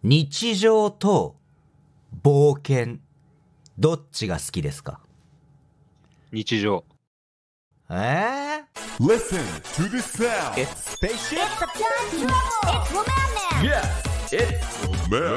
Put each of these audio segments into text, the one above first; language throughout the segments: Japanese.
日常と冒険、どっちが好きですか？ 日常。 Listen to the sound. It's spaceship. It's a time travel. It's Woman. Yes, it's man.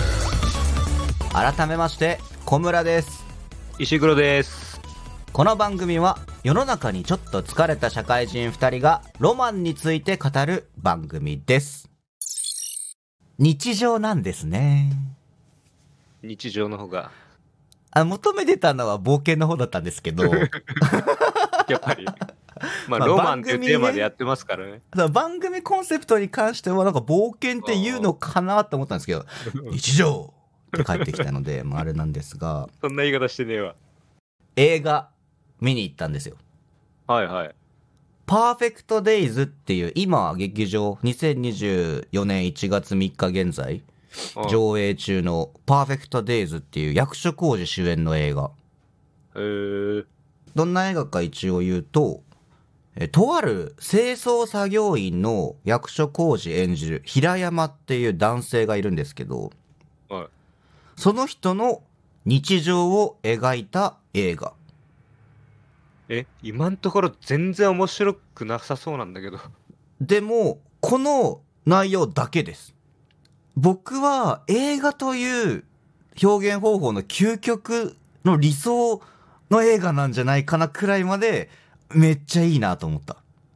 改めまして小村です。 石黒です。 この番組は世の中にちょっと疲れた社会人2人がロマンについて語る番組です。日常なんですね。 日常の方が求めてたのは冒険の方だったんですけどやっぱりまあロマンっていうテーマでやってますからね。 番組コンセプトに関してはなんか冒険って言うのかなと思ったんですけど日常って帰ってきたのであれなんですが、 そんな言い方してねえわ。 映画見に行ったんですよ。 はいはい。 パーフェクトデイズっていう今劇場2024年1月3日現在上映中のパーフェクトデイズっていう役所広司主演の映画。どんな映画か一応言うと、とある清掃作業員の役所広司演じる平山っていう男性がいるんですけど、 はい、 その人の日常を描いた映画。 今のところ全然面白くなさそうなんだけど。 でもこの内容だけです。僕は映画という表現方法の究極の理想の映画なんじゃないかなくらいまでめっちゃいいなと思った。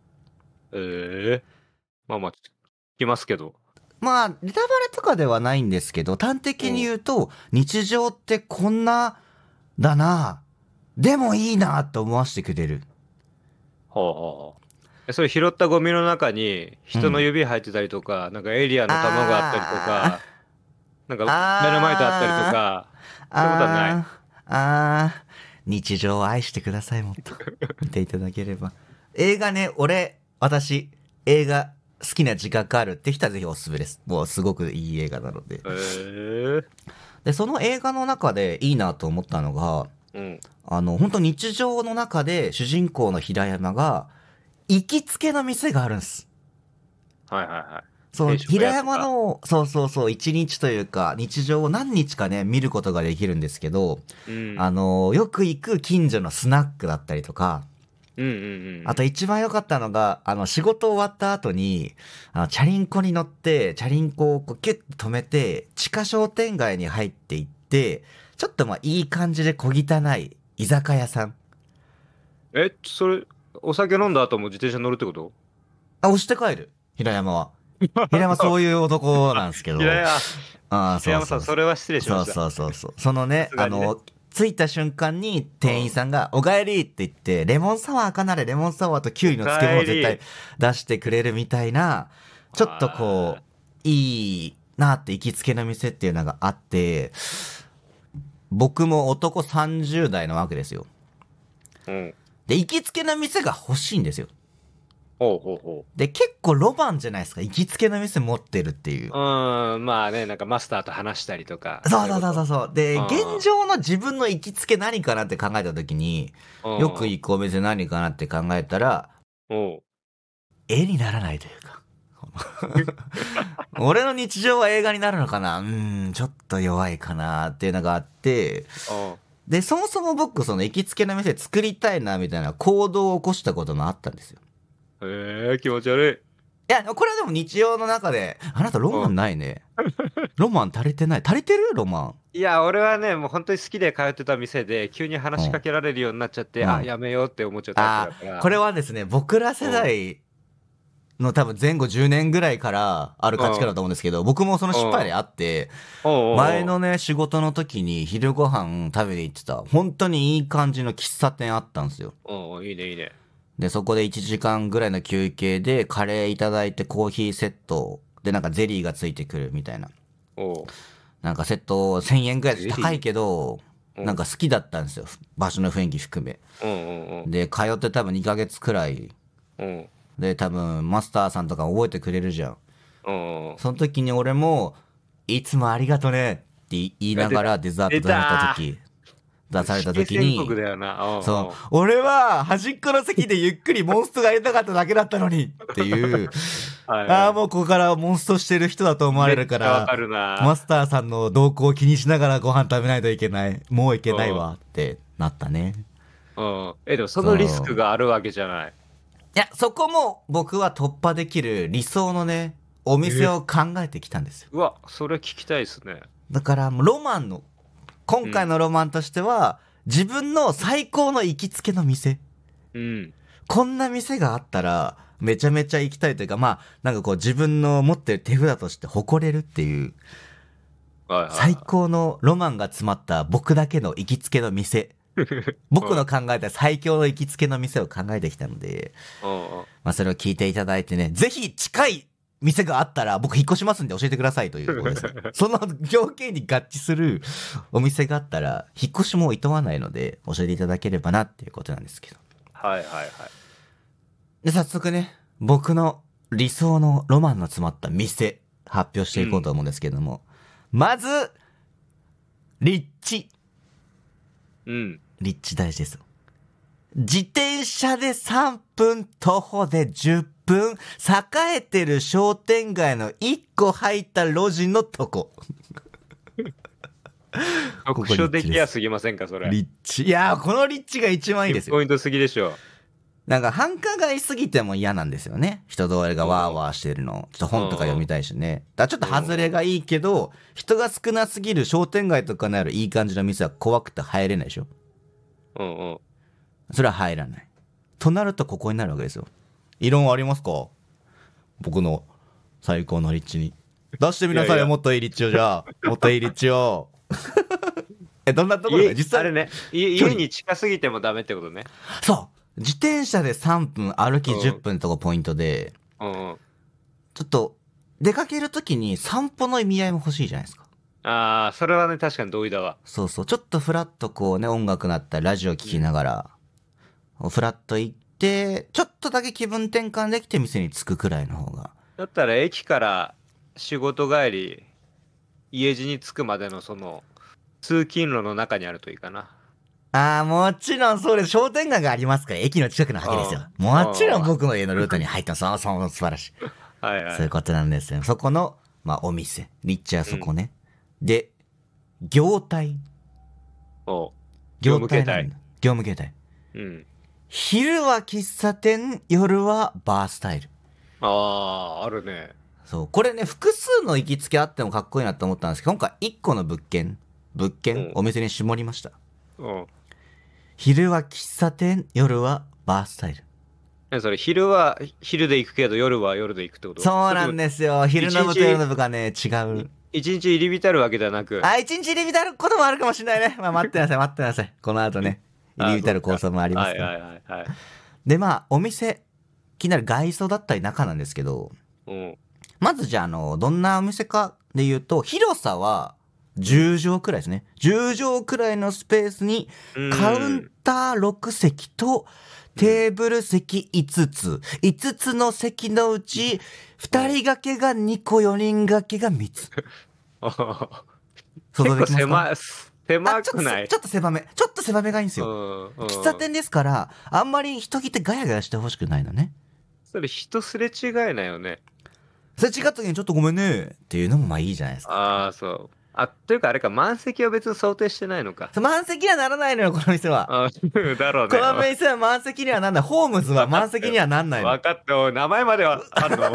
まあ聞きますけど。 まあネタバレとかではないんですけど、端的に言うと日常ってこんなだな、でもいいなと思わせてくれる。 それ拾ったゴミの中に人の指入ってたりとか、なんかエイリアンの卵があったりとか、なんかダイナマイトあったりとか、そういうことはない。 日常を愛してください。もっと見ていただければ。映画ね、私映画好きな自覚あるって人はぜひおすすめです。もうすごくいい映画なので。でその映画の中でいいなと思ったのが、本当日常の中で主人公の平山が行きつけの店があるんです。そう平山の一日というか日常を何日かね見ることができるんですけど、よく行く近所のスナックだったりとか、あと一番良かったのが仕事終わった後にチャリンコに乗ってチャリンコをこうキュッと止めて地下商店街に入っていって、ちょっといい感じで小汚い居酒屋さん。 それお酒飲んだ後も自転車乗るってこと？ 押して帰る平山は。平山そういう男なんですけど。 平山さん、それは失礼しました。 そのね、着いた瞬間に店員さんがおかえりって言って、レモンサワーかなれ、レモンサワーとキュウリの漬物絶対出してくれるみたいな、ちょっとこういいなって行きつけの店っていうのがあって、僕も男30代なわけですよ。で行きつけの店が欲しいんですよ。で結構ロマンじゃないですか、行きつけの店持ってるっていう。 まあね、なんかマスターと話したりとか。 そうで現状の自分の行きつけ何かなって考えた時に、よく行くお店何かなって考えたら絵にならないというか俺の日常は映画になるのかな、ちょっと弱いかなっていうのがあって、でそもそも僕その行きつけの店作りたいなみたいな行動を起こしたこともあったんですよ。 気持ち悪い。 いやこれはでも日常の中で、あなたロマンないね。ロマン足りてない。足りてるロマン。 いや俺はね、もう本当に好きで通ってた店で急に話しかけられるようになっちゃって、やめようって思っちゃったから。 これはですね、僕ら世代の多分前後10年ぐらいからある価値観だと思うんですけど、僕もその失敗であって、前のね仕事の時に昼ご飯食べに行ってた本当にいい感じの喫茶店あったんですよ。 いいねいいね。でそこで1時間ぐらいの休憩でカレーいただいてコーヒーセットでなんかゼリーがついてくるみたいな、なんかセット1000円ぐらいで高いけどなんか好きだったんですよ、場所の雰囲気含め。で通って多分2ヶ月くらいで、多分マスターさんとか覚えてくれるじゃん。その時に俺もいつもありがとねって言いながらデザート食べた時出された時宣に、 告だよな。 そう、俺は端っこの席でゆっくりモンストがやりたかっただけだったのにっていう、ああ、もうここからモンストしてる人だと思われるから、 わかるな。 マスターさんの動向を気にしながらご飯食べないといけない。もういけないわってなったね。 でもそのリスクがあるわけじゃない。 いや、そこも僕は突破できる理想のね、お店を考えてきたんですよ。 うわ、それ聞きたいですね。 だからもうロマンの、今回のロマンとしては、自分の最高の行きつけの店。 うん。 こんな店があったら、めちゃめちゃ行きたいというか、まあ、なんかこう自分の持ってる手札として誇れるっていう、最高のロマンが詰まった僕だけの行きつけの店。僕の考えた最強の行きつけの店を考えてきたので、まあそれを聞いていただいてね、ぜひ近い店があったら僕引っ越しますんで教えてくださいというところです。その条件に合致するお店があったら、引っ越しも厭わないので教えていただければなっていうことなんですけど。 はいはいはい。 で、早速ね、僕の理想のロマンの詰まった店、発表していこうと思うんですけども、まず、立地。立地大事です。自転車で3分、徒歩で10分、栄えてる商店街の1個入った路地のとこ。 特殊できやすぎませんか、それ。 立地。いやー、この立地が一番いいですよ。 ポイントすぎでしょ。 なんか繁華街すぎても嫌なんですよね。人通りがワーワーしてるの。ちょっと本とか読みたいしね。だからちょっと外れがいいけど、人が少なすぎる商店街とかにあるいい感じの店は怖くて入れないでしょ。それは入らない。となるとここになるわけですよ。異論ありますか？僕の最高の立地に。出してみなさいよ、もっといい立地をじゃあ。もっといい立地を。どんなところか実際。 あれね、家に近すぎてもダメってことね。 そう。自転車で3分、歩き10分とかポイントで、ちょっと出かけるときに散歩の意味合いも欲しいじゃないですか。 ああ、それはね、確かに同意だわ。 そうそう。ちょっとフラッとこうね、音楽なったり、ラジオ聴きながら、フラッと行って、ちょっとだけ気分転換できて店に着くくらいの方が。 だったら駅から仕事帰り、家路に着くまでのその、通勤路の中にあるといいかな。 ああ、もちろんそうです。商店街がありますから、駅の近くなわけですよ。もちろん僕の家のルートに入ってます。そう、素晴らしい。 はいはい。 そういうことなんですよ。そこの、まあ、お店。立地はそこね。で、業態。 業務形態。 業務形態。昼は喫茶店、夜はバースタイル。 ああ、あるね。 そう。これね、複数の行きつけあってもかっこいいなと思ったんですけど、今回1個の物件、お店に絞りました。昼は喫茶店、夜はバースタイル。 それ昼は昼で行くけど夜は夜で行くってこと？ そうなんですよ。昼の部と夜の部がね、違う。 一日入り浸るわけではなく。 一日入り浸ることもあるかもしれないね。まあ待ってなさい、待ってなさい。この後ね、入り浸る構想もありますから。で、まあ、お店、気になる外装だったり中なんですけど、まずじゃあ、どんなお店かで言うと、広さは、10畳くらいですね。10畳くらいのスペースにカウンター6席とテーブル席5つ。5つの席のうち2人掛けが2個、4人掛けが3つ。 結構狭くない？ ちょっと狭め。ちょっと狭めがいいんですよ。喫茶店ですから、あんまり人来てガヤガヤしてほしくないのね。 それ人すれ違いなよね。 すれ違った時にちょっとごめんねっていうのもまあいいじゃないですか。 ああ、そう。というかあれか、満席は別に想定してないのか。 満席にはならないのよ、この店は。 だろうね。 この店は満席にはなんない。ホームズは満席にはなんないの。 分かった。名前まではあるの。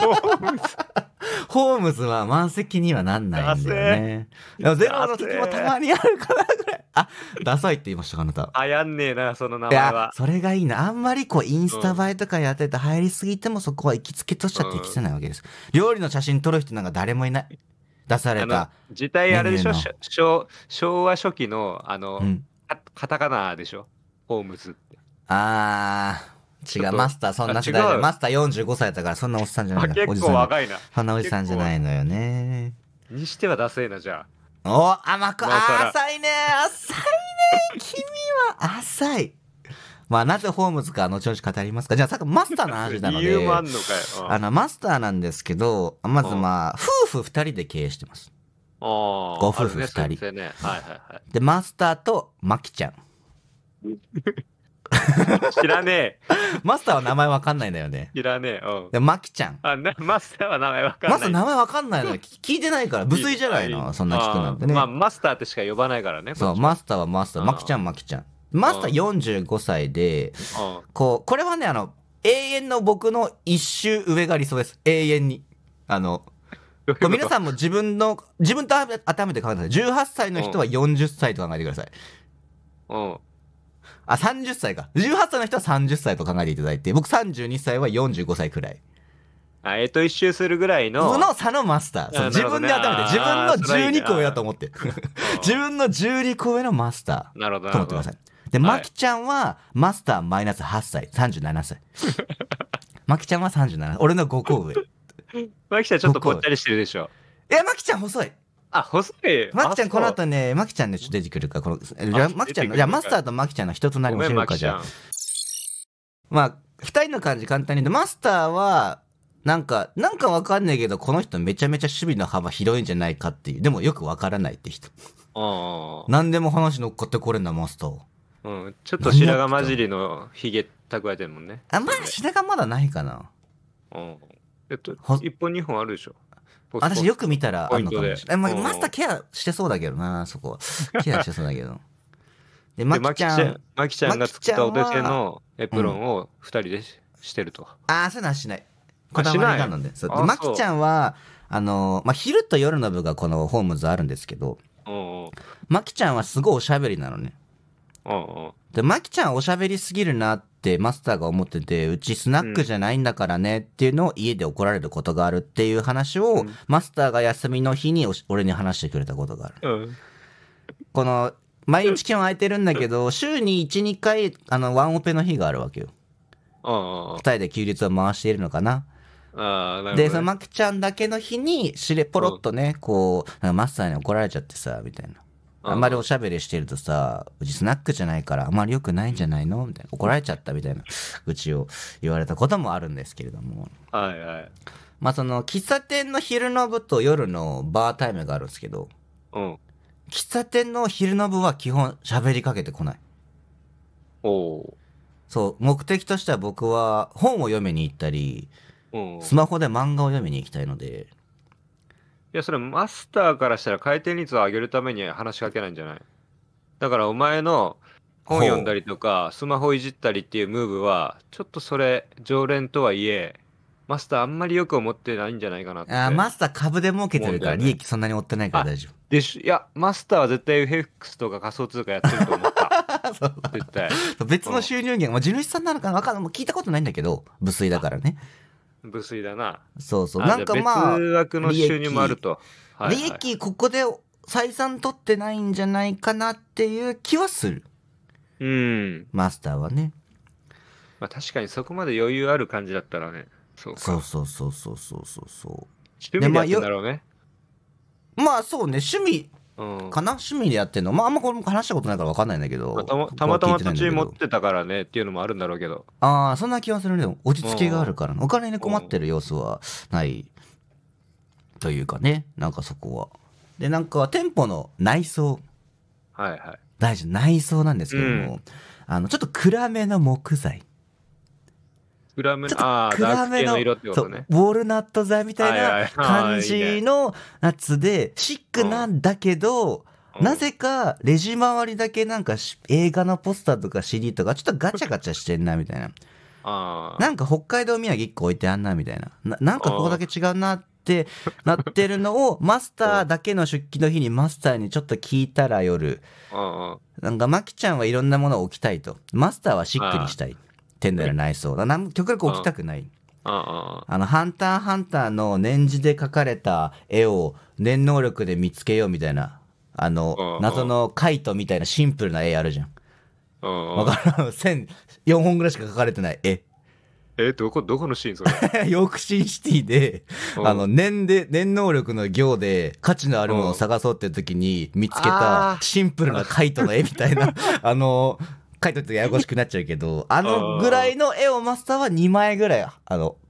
ホームズは満席にはなんないんだよね。でもゼロの時もたまにあるからぐらい。ダサいって言いましたか、あなた。 流行んねえな、その名前は。いや、 それがいいな。あんまりこう、インスタ映えとかやってて入りすぎてもそこは行きつけとしちゃ適せないわけです。料理の写真撮る人なんか誰もいない。出された。 自体あれでしょ？昭和初期の、カタカナでしょ？ホームズって。 違う、マスターそんな世代で。マスター45歳だからそんなおっさんじゃないの。 結構若いな。 そんなおじさんじゃないのよね。 にしてはダセえな、じゃあ。浅いね。浅いね。君は浅い。まあ、なぜホームズか後々語りますか。じゃあ、さっきマスターの話なので。 理由もあんのかよ。 マスターなんですけど、まず夫婦2人で経営してます。 ごご夫婦二人ね、はいはいはい。 でマスターとマキちゃん。 知らねえ。 マスターは名前わかんないんだよね。 知らねえ。うん。 でマキちゃん。 マスターは名前わかんない。 マスター名前わかんないのよ。聞いてないから無粋じゃないの、そんな聞くなんてね。 まあマスターってしか呼ばないからね。 そうマスターはマスター、マキちゃんマキちゃん。マスター45歳で、これはね永遠の僕の一周上が理想です。永遠に。これ皆さんも自分と当てめて考えてください。18歳の人は40歳と考えてください。30歳か。18歳の人は30歳と考えていただいて、僕32歳は45歳くらい。 一周するぐらいの。 その差のマスター。そう自分で当てめて、自分の12個上だと思って。自分の12個上のマスター。 なるほど。 と思ってください。で、マキちゃんはマスターマイナス8歳、37歳。マキちゃんは37。俺の5個上。 マキちゃんちょっとぽっちゃりしてるでしょ。 マキちゃん細い。 細い。 マキちゃんこの後ね、マキちゃんね、ちょっと出てくるから、マキちゃんの、マスターとマキちゃんの人となりも教えるか、じゃあ。まあ、二人の感じ簡単に言うと、マスターは、なんかわかんないけど、この人めちゃめちゃ守備の幅広いんじゃないかっていう。でもよくわからないって人。何でも話乗っかってこれんな、マスター。 ちょっと白髪混じりのヒゲ蓄えてるもんね。 まだ白髪まだないかな。 1本2本あるでしょ。 私よく見たらあるのかもしれない。マスターケアしてそうだけどな、そこは。ケアしてそうだけど。で、マキちゃんが作ったお手製のエプロンを2人でしてると。 そういうのはしない。こだわりなので。で、マキちゃんは、昼と夜の部がこのホームズあるんですけど、マキちゃんはすごいおしゃべりなのね。で、マキちゃんおしゃべりすぎるなってマスターが思ってて、うちスナックじゃないんだからねっていうのを家で怒られることがあるっていう話を、マスターが休みの日に俺に話してくれたことがある。この、毎日基本空いてるんだけど、週に1、2回、ワンオペの日があるわけよ。二人で休日を回しているのかな。で、そのマキちゃんだけの日に、ポロッとね、マスターに怒られちゃってさ、みたいな。あんまりおしゃべりしてるとさ、うちスナックじゃないからあんまり良くないんじゃないのみたいな。怒られちゃったみたいな、うちを言われたこともあるんですけれども。 はいはい。 まあその、喫茶店の昼の部と夜のバータイムがあるんですけど、喫茶店の昼の部は基本喋りかけてこない。そう、目的としては僕は本を読みに行ったり、スマホで漫画を読みに行きたいので。 いや、それマスターからしたら回転率を上げるために話しかけないんじゃない？だからお前の本読んだりとかスマホいじったりっていうムーブはちょっとそれ常連とはいえマスターあんまりよく思ってないんじゃないかなって。 マスター株で儲けてるから利益そんなに負ってないから大丈夫。 いや、マスターは絶対 FX とか仮想通貨やってると思った。絶対。 別の収入源、地主さんなのかな、分かんない。もう聞いたことないんだけど、無粋だからね。 無粋だな。 そうそう。なんかまあ、 別枠の収入もあると。 利益ここで採算取ってないんじゃないかなっていう気はする。マスターはね。 まあ確かにそこまで余裕ある感じだったらね。 そう。 趣味でやってんだろうね。 まあそうね、趣味かな、趣味でやってんの。まああんまこれも話したことないから分かんないんだけど。 たまたま土地持ってたからねっていうのもあるんだろうけど。 そんな気はするね。落ち着きがあるから、お金に困ってる様子はないというかね、なんかそこは。で、なんか店舗の内装。大事、内装なんですけども、ちょっと暗めの木材。 暗めの、ダーク系の色ってことね。 ウォールナット材みたいな感じのやつで、シックなんだけど、なぜかレジ周りだけなんか映画のポスターとか CD とかちょっとガチャガチャしてんなみたいな。なんか北海道土産1個置いてあんなみたいな。なんかここだけ違うなってなってるのをマスターだけの出勤の日にマスターにちょっと聞いたら夜、なんかマキちゃんはいろんなものを置きたいと。マスターはシックにしたい。店内の内装。極力置きたくない。ハンターハンターの念字で描かれた絵を念能力で見つけようみたいな。謎のカイトみたいなシンプルな絵あるじゃん。わからん。4本ぐらいしか描かれてない絵。 どこのシーンそれ？ ヨークシーシティで、念能力の行で価値のあるものを探そうっていう時に見つけたシンプルなカイトの絵みたいな、書いといてややこしくなっちゃうけど、ぐらいの絵をマスターは2枚ぐらい、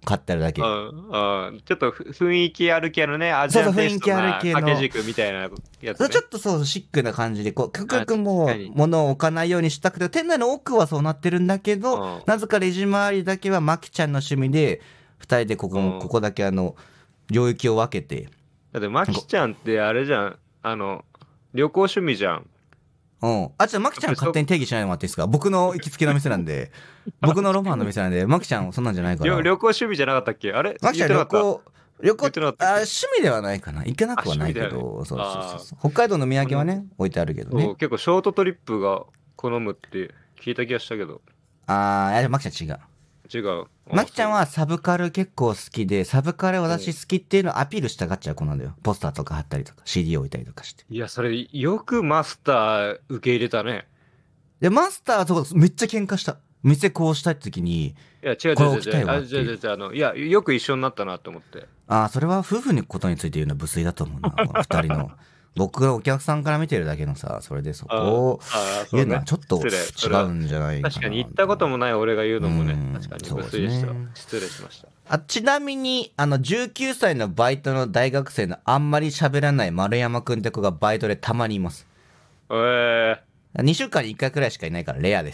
買ってあるだけ。 ちょっと雰囲気ある系のね、アジアンテイストなそうそう雰囲気ある系の掛け軸みたいなやつね。 ちょっとそうシックな感じで、こう、極力もう確かに物を置かないようにしたくて、店内の奥はそうなってるんだけど、 うんなぜかレジ周りだけはマキちゃんの趣味で、二人でここだけ領域を分けて、 だって、マキちゃんってあれじゃん。旅行趣味じゃん。 うん。あ、ちょっとマキちゃん勝手に定義しないでもらっていいですか？僕の行きつけの店なんで、僕のロマンの店なんで、マキちゃんそんなんじゃないから。 旅行趣味じゃなかったっけ？あれマキちゃん言ってなかっ旅行言ってなかったっけ趣味ではないかな。行かなくはないけあ趣味ど、そうだよねそうそう。北海道の土産はね、置いてあるけどたそうね。 結構ショートトリップが好むって聞いた気がしたけど。 いやマキちゃん違う。 違う。 マキちゃんはサブカル結構好きで、サブカル私好きっていうのをアピールしたがっちゃう子なんだよ。ポスターとか貼ったりとか、CD 置いたりとかして。 いや、それ、よくマスター受け入れたね。 で、マスターとめっちゃ喧嘩した。店こうしたいって時に、 いや、違う違これう違う。 置きたいわっていういや、よく一緒になったなって思って。 それは夫婦のことについて言うのは無粋だと思うな。この二人の。僕がお客さんから見てるだけのさ、それでそこをそう言うのはちょっと違失礼うんじゃないかな。 確かに行ったこともない俺が言うのもねうん、 確かにそうです無粋でしたね。 失礼しました。 ちなみに、19歳のバイトの大学生のあんまり喋らない丸山くんって子がバイトでたまにいます。2週間に1回くらいしかいないからレアです。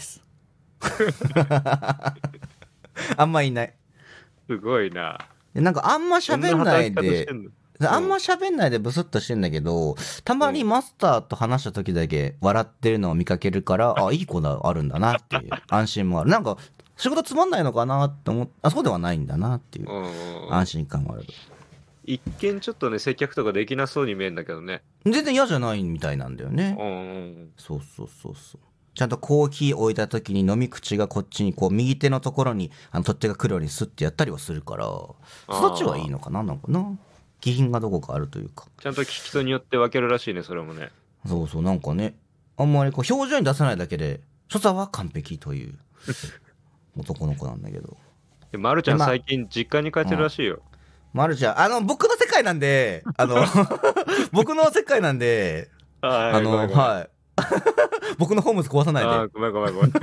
あんまいない。 すごいな。 でなんかあんま喋んないでどんな働き方してんの、 あんま喋んないでブスッとしてんだけど、たまにマスターと話した時だけ笑ってるのを見かけるから、いい子だ、あるんだなっていう安心もある。なんか、仕事つまんないのかなって思って、そうではないんだなっていう安心感もある。 一見ちょっとね、接客とかできなそうに見えるんだけどね。 全然嫌じゃないみたいなんだよね。そうそうそうそう。ちゃんとコーヒー置いた時に飲み口がこっちにこう右手のところに取っ手が来るようにスッてやったりはするから、そっちはいいのかななんかな。気品がどこかあるというか。 ちゃんと聞き人によって分けるらしいね、それもね。 そうそう、なんかね、あんまりこう表情に出さないだけで、所作は完璧という男の子なんだけど。 でまるちゃん最近実家に帰ってるらしいよ。 まるちゃん、僕の世界なんで、僕の世界なんで、はい。僕のホームズ壊さないで。 ごめんごめんごめん。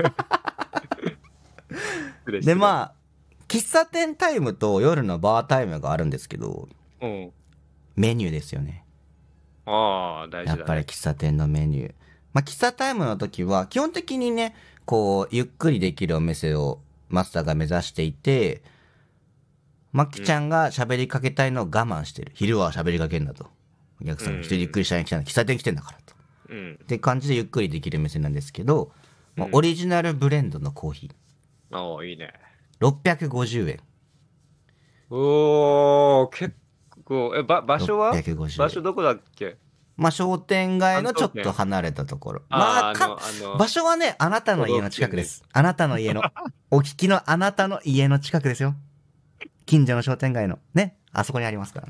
で、まあ、喫茶店タイムと夜のバータイムがあるんですけど、メニューですよね。 大事だね。 やっぱり喫茶店のメニュー。まあ、喫茶タイムの時は、基本的にね、こう、ゆっくりできるお店をマスターが目指していて、マキちゃんが喋りかけたいのを我慢してる。昼は喋りかけんだと。お客さん一人ゆっくりしたいに来たの、喫茶店来てんだからと。って感じでゆっくりできる店なんですけど、オリジナルブレンドのコーヒー。いいね。 650円。 結構、場所は 650円。 場所どこだっけ？ まあ、商店街のちょっと離れたところ。まあ、場所はね、あなたの家の近くです。あなたの家の。お聞きのあなたの家の近くですよ。近所の商店街の。ね。あそこにありますから。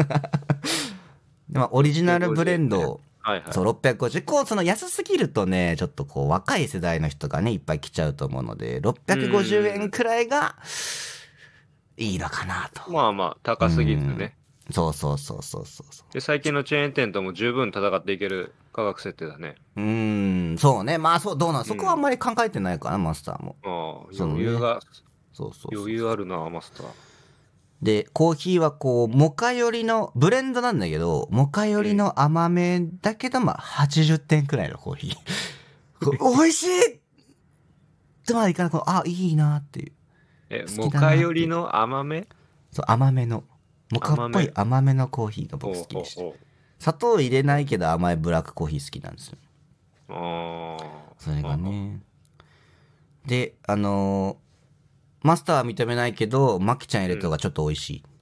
でまあ、オリジナルブレンド、そう、650。こう、その安すぎるとね、ちょっとこう、若い世代の人がね、いっぱい来ちゃうと思うので、650円くらいが、いいのかなと。 まあまあ、高すぎずね。 そうそうそうそうそう。 で、最近のチェーン店とも十分戦っていける価格設定だね。 そうね。まあ、そう、どうなん、そこはあんまり考えてないかな、マスターも。 余裕が、 そうそう。 余裕あるな、マスター。 で、コーヒーはこう、モカ寄りの、ブレンドなんだけど、モカ寄りの甘めだけど、まあ、80点くらいのコーヒー。美味しいってまでいかない、いいなっていう。 モカ寄りの甘め？ そう、甘めの。モカっぽい甘めのコーヒーが僕好きでした。砂糖入れないけど甘いブラックコーヒー好きなんですよ。それがね。で、マスターは認めないけど、マキちゃん入れた方がちょっと美味しい。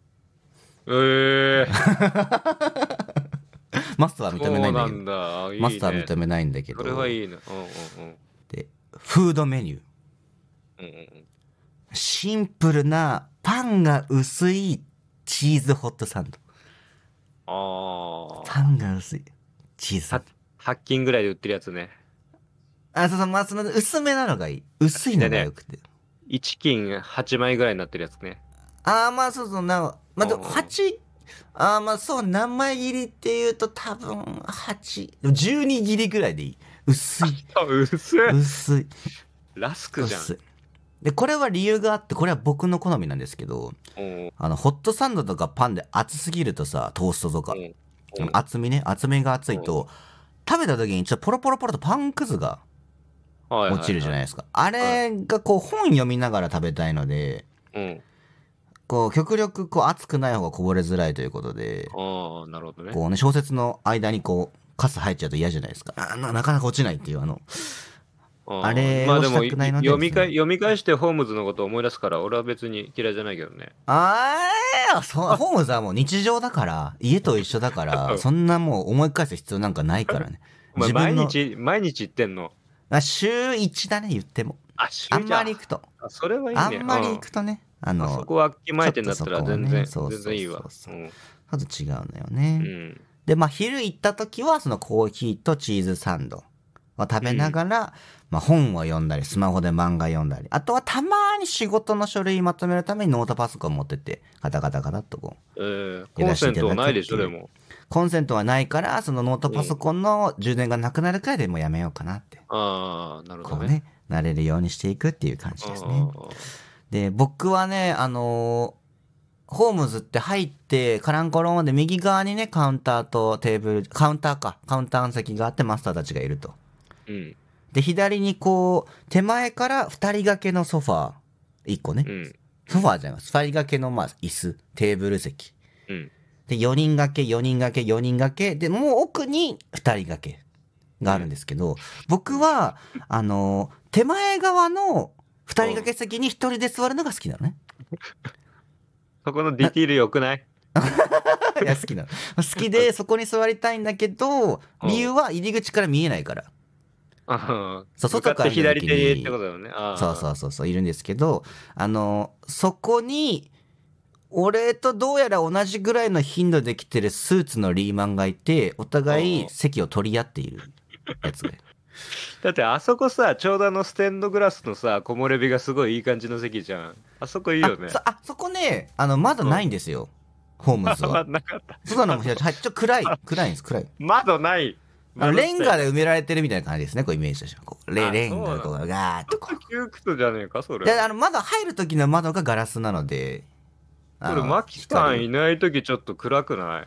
マスターは認めないんだけど。マスターは認めないんだけど。 それはいいな。 で、フードメニュー。シンプルなパンが薄いチーズホットサンド。パンが薄いチーズ。 8斤ぐらいで売ってるやつね。 そうそう、まあ、その薄めなのがいい。薄いのがよくて。 1斤8枚ぐらいになってるやつね。 まあそうそう、まあ、8、まあそう、何枚切りっていうと多分8、12切りぐらいでいい。薄い。 薄い。 薄い。 ラスクじゃん。 で、これは理由があって、これは僕の好みなんですけど、ホットサンドとかパンで熱すぎるとさ、トーストとか、厚みが厚いと、食べた時にちょっとポロポロポロとパンくずが落ちるじゃないですか。あれがこう本読みながら食べたいので、こう極力こう熱くない方がこぼれづらいということで、 なるほどね。 こうね、小説の間にこう、カス入っちゃうと嫌じゃないですか。なかなか落ちないっていうあれをしたくないので。 読み返してホームズのことを思い出すから、俺は別に嫌いじゃないけどね。 ホームズはもう日常だから、家と一緒だから、そんなもう思い返す必要なんかないからね。 毎日言ってんの？ 週1だね、言っても。 週1。 あんまり行くと。 それはいいね。 あんまり行くとね。 そこは気前ってんだったら全然いいわ。 ちょっと違うんだよね。で、昼行った時は、そのコーヒーとチーズサンドを食べながら、本を読んだり、スマホで漫画読んだり、あとはたまに仕事の書類まとめるためにノートパソコン持ってって、ガタガタガタっとこう。 コンセントはないでしょ、でも。 コンセントはないから、そのノートパソコンの充電がなくなるくらいでもうやめようかなって。 なるほどね。 こうね、慣れるようにしていくっていう感じですね。で、僕はね、ホームズって入って、カランコロンで右側にね、カウンターとテーブル、カウンターの席があってマスターたちがいると。で、左にこう、手前から二人掛けのソファー、1個ね。ソファーじゃないです。二人掛けの椅子、テーブル席。で、4人掛け。で、もう奥に2人掛けがあるんですけど、僕は、手前側の2人掛け席に1人で座るのが好きなのね。 そこのディティール良くない？ いや、好きなの。好きで、そこに座りたいんだけど、理由は入り口から見えないから。 外から左手ってことだよね。 そう、いるんですけど、そこに、俺とどうやら同じぐらいの頻度で来てるスーツのリーマンがいて、お互い席を取り合っているやつで。 だってあそこさ、ちょうどステンドグラスのさ、木漏れ日がすごいいい感じの席じゃん。あそこいいよね。 そこね、窓ないんですよ。ホームズは。 なかった。 そうなのも、ちょっと暗いんです、暗い。 窓ない。 レンガで埋められてるみたいな感じですね、こうイメージとしては。レンガがこうガーッとこう。 窮屈じゃねえか、それ。 で、窓入る時の窓がガラスなので。 これ、マキさんいない時ちょっと暗くない？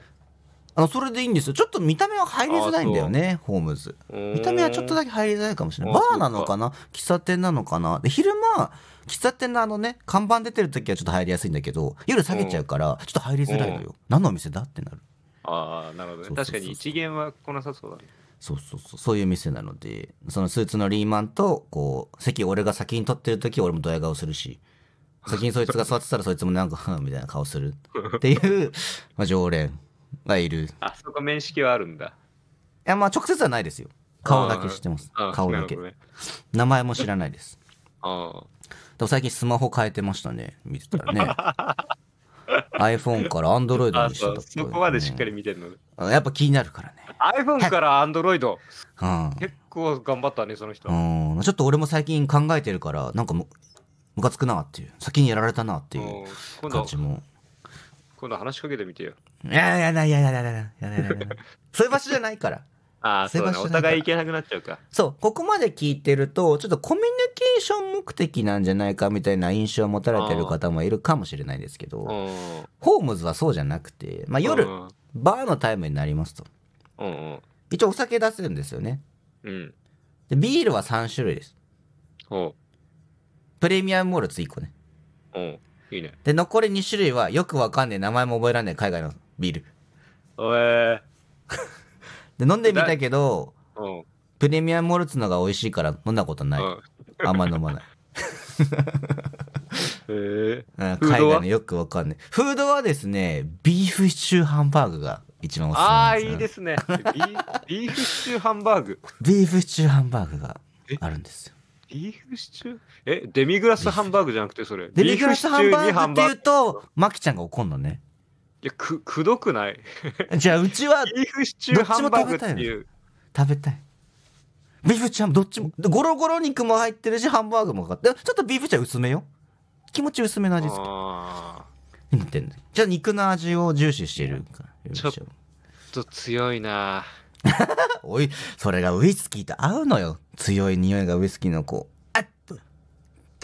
それでいいんですよ。ちょっと見た目は入りづらいんだよね、ホームズ。見た目はちょっとだけ入りづらいかもしれない。バーなのかな？喫茶店なのかな？で、昼間、喫茶店の看板出てる時はちょっと入りやすいんだけど、夜下げちゃうから、ちょっと入りづらいのよ。何のお店だってなる。 なるほどね。確かに一元は来なさそうだね。 そういう店なので、そのスーツのリーマンと、こう、席俺が先に取ってる時は俺もドヤ顔するし、先にそいつが座ってたらそいつもなんか、みたいな顔するっていう、常連がいる。 そこ面識はあるんだ。 いや、直接はないですよ。顔だけ知ってます。顔だけ。名前も知らないです。でも最近スマホ変えてましたね。見てたらね。iPhone から Android にしてたっぽい。 そこまでしっかり見てるの。 やっぱ気になるからね。 iPhone から Android。結構頑張ったね、その人。 ちょっと俺も最近考えてるから、なんかムカつくなっていう。先にやられたなっていう感じも。 今度話しかけてみてよ。 いや。そういう場所じゃないから。 そうだね。お互い行けなくなっちゃうか。 そう、ここまで聞いてると、ちょっとコミュニケーション目的なんじゃないかみたいな印象を持たれてる方もいるかもしれないですけど、ホームズはそうじゃなくて、夜、バーのタイムになりますと。一応お酒出せるんですよね。で、ビールは3種類です。プレミアムモルツ1個ね。 いいね。 で、残り2種類はよくわかんねえ、名前も覚えられない海外のビール。で、飲んでみたけど、プレミアムモルツのが美味しいから飲んだことない。あんま飲まない。海外のよくわかんない。フードはですね、ビーフシチューハンバーグが一番おすすめなんですよ。 いいですね。ビーフシチューハンバーグ。 ビーフシチューハンバーグがあるんですよ。 ビーフシチューデミグラスハンバーグじゃなくてそれ。 デミグラスハンバーグって言うと、マキちゃんが怒んのね。 いや、くどくない？ じゃあ、うちは、 ビーフシチューハンバーグっていう。 食べたい。ビーフシチューどっちも。ゴロゴロ肉も入ってるし、ハンバーグもかかって。ちょっとビーフシチュー薄めよ。気持ち薄めの味付け。似てんね。じゃあ、肉の味を重視してるから。 ちょっと強いなおい、それがウイスキーと合うのよ。強い匂いがウイスキーのこう、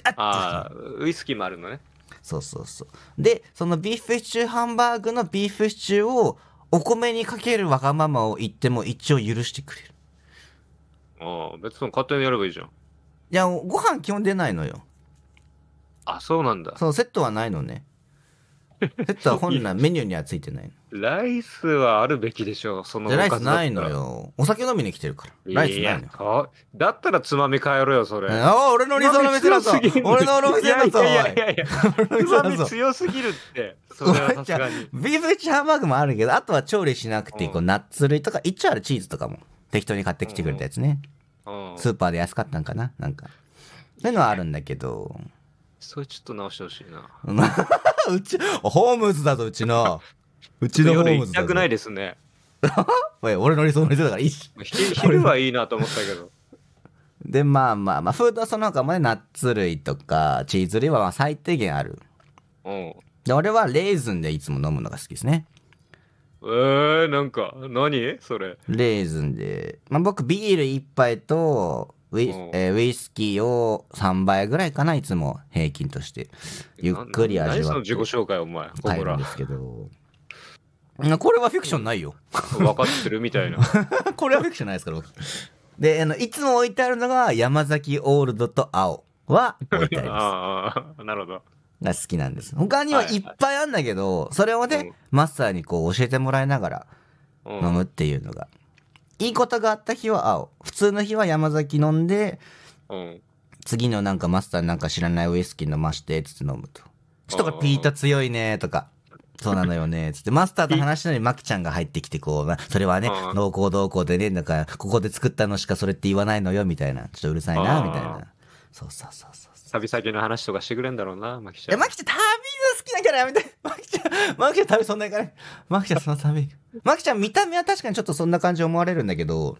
あっああ、ウイスキーもあるのね。 そうそうそう。で、そのビーフシチューハンバーグのビーフシチューをお米にかけるわがままを言っても一応許してくれる。 ああ、別に勝手にやればいいじゃん。 いや、ご飯基本出ないのよ。 あ、そうなんだ。 そう、セットはないのね。セットは本来メニューにはついてないの。 ライスはあるべきでしょ、そのじゃあライおかずだったらスないの。よ。お酒飲みに来てるから。ライスないのよ。 だったらつまみ変えろよ、それ。 ああ、俺の理想の店だぞ。俺のお店だぞ。 いやいやいや、 俺のつまみ店だぞ。 強すぎるって。それはさすがに。 ビーフシチューハンバーグもあるけど、あとは調理しなくて、こう、ナッツ類とか、一応あるチーズとかも適当に買ってきてくれたやつね。 うん。 スーパーで安かったんかななんか。そういうのはあるんだけど。 それちょっと直してほしいな。 うち、ホームズだぞ、うちの。うちのホームズだぞ。 夜行きたくないですね。 おい俺の理想の店だからいいし。 昼はいいなと思ったけど。 で、まあまあまあ、フードはその他もね、ナッツ類とか、チーズ類はまあ最低限ある。 うん。 で、俺はレーズンでいつも飲むのが好きですね。 なんか、何それ。 レーズンで。まあ僕、ビール1杯と、ウイスキーを3杯ぐらいかな、いつも平均として。ゆっくり味何そのわって自己紹介、お前。ほら帰るんで。すけど。これはフィクションないよ。 分かってるみたいな。 これはフィクションないですから僕。で、いつも置いてあるのが、山崎オールドと青は置いてありまああ、なるほど。 す。が好きなんです。他にはいっぱいあるんだけど、それをね、マスターにこう教えてもらいながら飲むっていうのが。いいことがあった日は青。普通の日は山崎飲んで、 うん。 次のなんかマスターなんか知らないウイスキー飲まして、つって飲むと。ちょっとこれピート強いね、とか。そうなのよね、つって。マスターと話したのにマキちゃんが入ってきて、こう、それはね、濃厚濃厚でね、なんか、ここで作ったのしかそれって言わないのよ、みたいな。ちょっとうるさいな、みたいな。そうそうそうそう。 旅先の話とかしてくれんだろうな、マキちゃん。 マキちゃん旅の好きだからやめて。マキちゃん旅そんなにいかない。マキちゃんその旅。マキちゃん見た目は確かにちょっとそんな感じ思われるんだけど、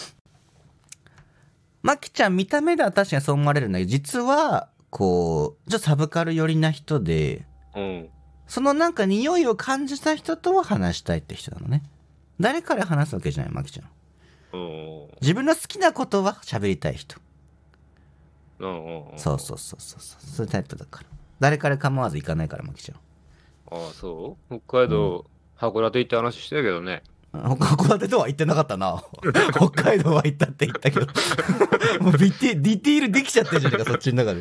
マキちゃん見た目では確かにそう思われるんだけど、実は、こう、ちょっとサブカル寄りな人で、 うん。 そのなんか匂いを感じた人とは話したいって人なのね。誰から話すわけじゃない、マキちゃん。 うん。 自分の好きなことは喋りたい人。 うん。 そうそうそうそう。そういうタイプだから。誰から構わず行かないから、マキちゃん。 ああ、そう北海道、函館行って話してたけどね。 函館とは言ってなかったな。北海道は行ったって言ったけど。もうディティールできちゃってるじゃねえか、そっちの中で。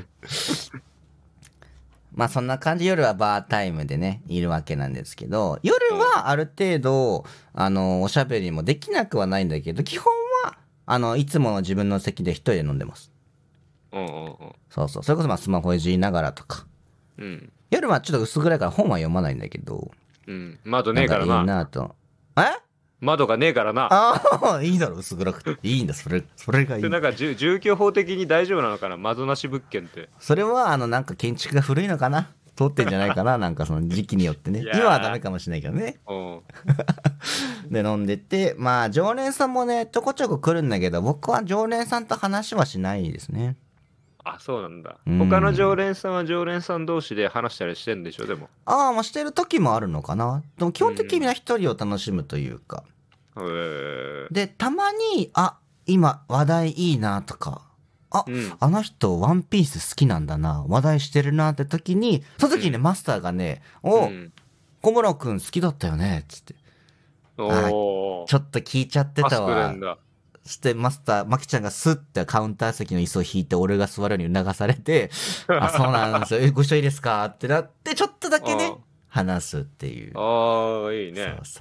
まあそんな感じ、夜はバータイムでね、いるわけなんですけど、夜はある程度、おしゃべりもできなくはないんだけど、基本は、いつもの自分の席で一人で飲んでます。そうそう。それこそまあスマホいじりながらとか。 うん。 夜はちょっと薄暗いから本は読まないんだけど。 うん。窓ねえからな。 いいなと。 窓がねえからな。 ああ、いいだろ、薄暗くて。いいんだ、それがいい。 なんか住居法的に大丈夫なのかな、窓なし物件って。 それは、なんか建築が古いのかな通ってんじゃないかななんかその時期によってね。 いやー今はダメかもしれないけどね。で、飲んでて、まあ、常連さんもね、ちょこちょこ来るんだけど、僕は常連さんと話はしないですね。 あ、そうなんだ。 うん他の常連さんは常連さん同士で話したりしてんでしょ、でも。 ああ、まあしてる時もあるのかな。でも基本的には一人を楽しむというか。で、たまに、今話題いいなとか、あの人ワンピース好きなんだな、話題してるなって時に、その時にね、マスターがね、小室くん好きだったよね、つって。ちょっと聞いちゃってたわ。そしてマスター、マキちゃんがスッてカウンター席の椅子を引いて俺が座るように促されて、そうなんですよ。ご一緒いいですかってなって、ちょっとだけね、話すっていう。 ああ、いいね。 そう。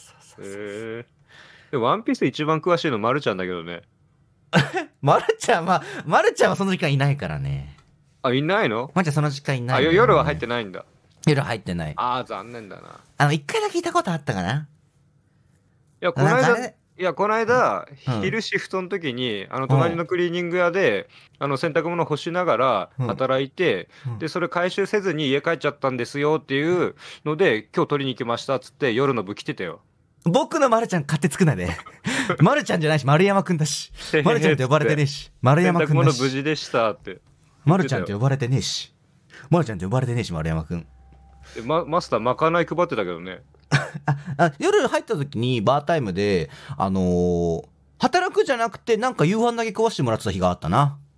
でワンピース一番詳しいのまるちゃんだけどね。 まるちゃんはその時間いないからね。 あ、いないの？ まるちゃんその時間いない、 ね。夜は入ってないんだ。 夜入ってない。 ああ、残念だな。 一回だけ聞いたことあったかな。 この間、昼シフトの時に、隣のクリーニング屋で、洗濯物干しながら働いて、で、それ回収せずに家帰っちゃったんですよっていうので、今日取りに行きましたっつって夜の部来てたよ。 僕の丸ちゃん勝手つくなで。丸ちゃんじゃないし、丸山くんだし。丸ちゃんって呼ばれてねえし。丸山くんだし。 洗濯物無事でしたって。 丸ちゃんって呼ばれてねえし。丸ちゃんって呼ばれてねえし、丸山くん。 マスターまかない配ってたけどね。 夜入った時にバータイムで、働くじゃなくてなんか夕飯だけ食わしてもらってた日があったな。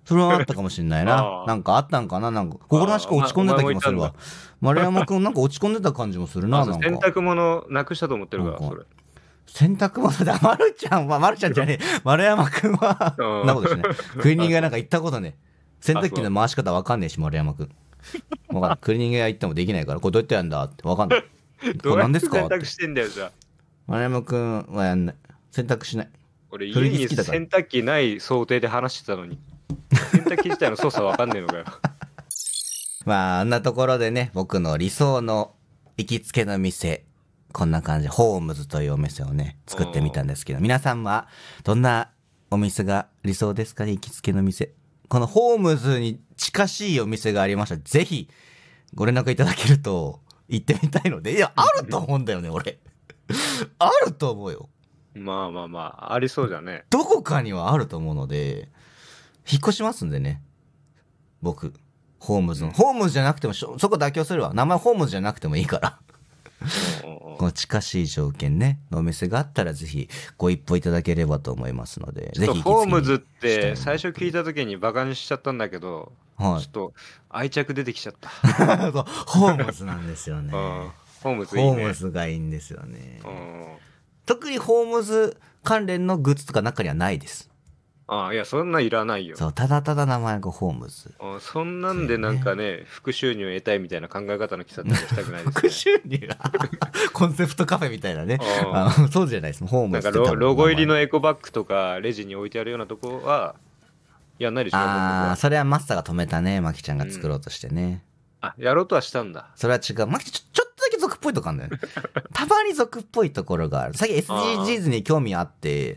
それはあったかもしれないな。なんかあったんかな。なんか心なしか落ち込んでた気もするわ。丸山くんなんか落ち込んでた感じもするな。なんか洗濯物なくしたと思ってるから、それ。 洗濯物だ。丸ちゃんじゃねえ。丸山くんは、そんなことしない。クリーニング屋なんか行ったことね。洗濯機の回し方わかんねえし、丸山くん。わかんない。クリーニング屋行ってもできないから、これどうやってやるんだってわかんない。 どうやって洗洗濯してんだよ、じゃあ。 丸山くんはやんない。洗濯しない。 俺、家に洗濯機ない想定で話してたのに。洗濯機自体の操作わかんねえのかよ。 まあ、あんなところでね、僕の理想の行きつけの店、こんな感じ、ホームズというお店をね、作ってみたんですけど、皆さんはどんなお店が理想ですかね、行きつけの店。このホームズに近しいお店がありましたら、ぜひご連絡いただけると行ってみたいので、いや、あると思うんだよね、俺。あると思うよ。 まあまあまあ、ありそうじゃね。 どこかにはあると思うので、引っ越しますんでね。僕、ホームズの。ホームズじゃなくても、そこ妥協するわ。名前ホームズじゃなくてもいいから。この近しい条件ね、のお店があったらぜひご一報いただければと思いますので、ぜひホームズって最初聞いた時にバカにしちゃったんだけど、 はい、 ちょっと愛着出てきちゃった。 ホームズなんですよね。 ホームズいいね。 ホームズがいいんですよね。特にホームズ関連のグッズとか中にはないです。 ああ、いや、そんないらないよ。 そう、ただただ名前がホームズ。 そんなんでなんかね、副収入を得たいみたいな考え方の喫茶店にしたくないです、ね。 副収入コンセプトカフェみたいなね。そうじゃないです。ホームズってなんかロゴ入りのエコバッグとかレジに置いてあるようなとこはやんないでしょ。 ああ、それはマスターが止めたね。マキちゃんが作ろうとしてね。 あ、やろうとはしたんだ。 それは違う。マキちょっとだけ俗っぽいとこあるんだよね。たまに俗っぽいところがある。最近 SDGs に興味あって、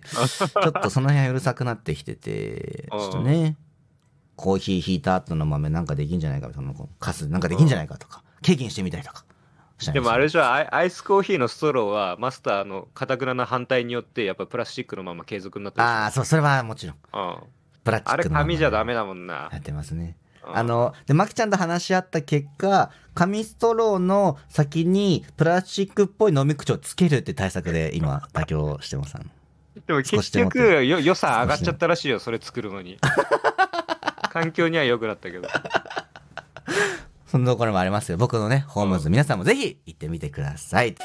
ちょっとその辺うるさくなってきてて、ちょっとね、コーヒーひいた後の豆なんかできんじゃないか、そのカスなんかできんじゃないかとか、ケーキにしてみたりとか。 でもあれでしょ、アイスコーヒーのストローはマスターの堅くなな反対によってやっぱプラスチックのまま継続になってる。 ああ、そう、それはもちろん。 プラスチックのまま、あれ紙じゃダメだもんな。 やってますね。で、マキちゃんと話し合った結果、紙ストローの先にプラスチックっぽい飲み口をつけるって対策で今妥協してます。 でも結局予算上がっちゃったらしいよ、それ作るのに。環境には良くなったけど。 そんなところもありますよ。僕のね、ホームズ、皆さんもぜひ行ってみてください。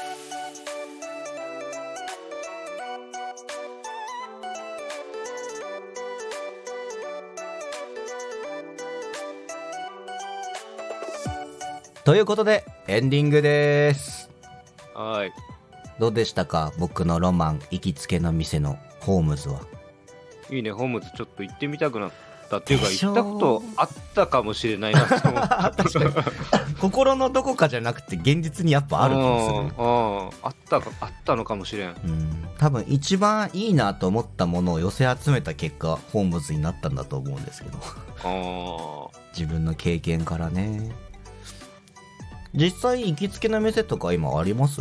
ということでエンディングです。 はい。 どうでしたか、僕のロマン行きつけの店のホームズは。 いいね、ホームズちょっと行ってみたくなったっていうか、行ったことあったかもしれないなと思って心のどこかじゃなくて現実にやっぱある気もする。 あったのかもしれん。 多分一番いいなと思ったものを寄せ集めた結果ホームズになったんだと思うんですけど自分の経験からね。実際行きつけの店とか今あります？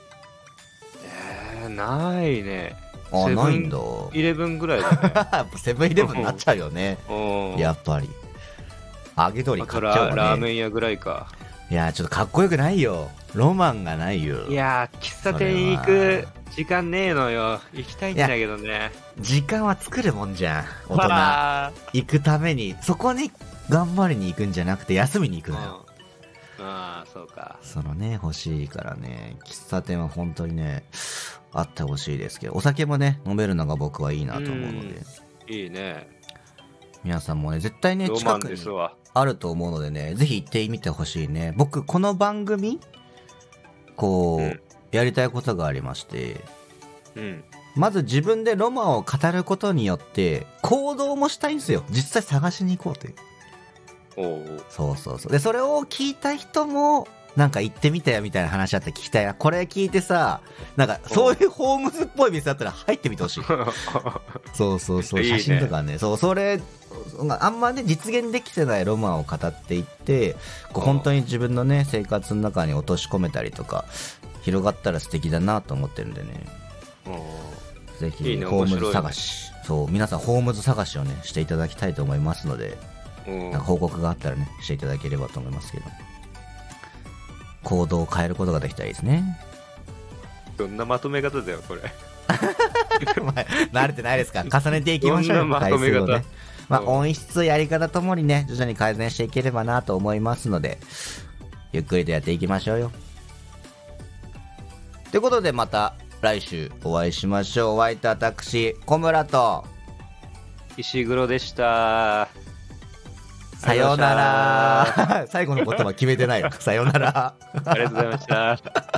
ないね。 ないんだ。 イレブンぐらいだね。 やっぱセブンイレブンになっちゃうよね。やっぱり揚げ鶏買っちゃうわね。 ラーメン屋ぐらいか。 いやちょっとかっこよくないよ。ロマンがないよ。 いや喫茶店行く時間ねえのよ。行きたいんだけどね。 時間は作るもんじゃん、大人。行くためにそこに頑張りに行くんじゃなくて休みに行くのよ。 ああ、そうか。 そのね、欲しいからね、喫茶店は本当にね、あってほしいですけど、お酒もね、飲めるのが僕はいいなと思うので。 いいね。 皆さんもね、絶対ね、近くにあると思うのでね、ぜひ行ってみてほしいね。僕、この番組、やりたいことがありまして、まず自分でロマンを語ることによって、行動もしたいんですよ。実際探しに行こうという。そうでそれを聞いた人もなんか行ってみたよみたいな話あって聞きたいな。これ聞いてさ、なんかそういうホームズっぽい店だったら入ってみてほしい。そう写真とかね、それあんまね実現できてないロマンを語っていって、本当に自分のね生活の中に落とし込めたりとか広がったら素敵だなと思ってるんでね。ぜひホームズ探し、皆さんホームズ探しをねしていただきたいと思いますので。なんか報告があったらねしていただければと思いますけど、行動を変えることができたらいいですね。 どんなまとめ方だよこれ。 慣れてないですか。重ねていきましょう。 まとめ方、 まあ、音質やり方ともにね徐々に改善していければなと思いますので、ゆっくりとやっていきましょうよ。ということでまた来週お会いしましょう。お相手は私小村と石黒でした。 さようなら。最後の言葉決めてないよ。さようなら。 ありがとうございました。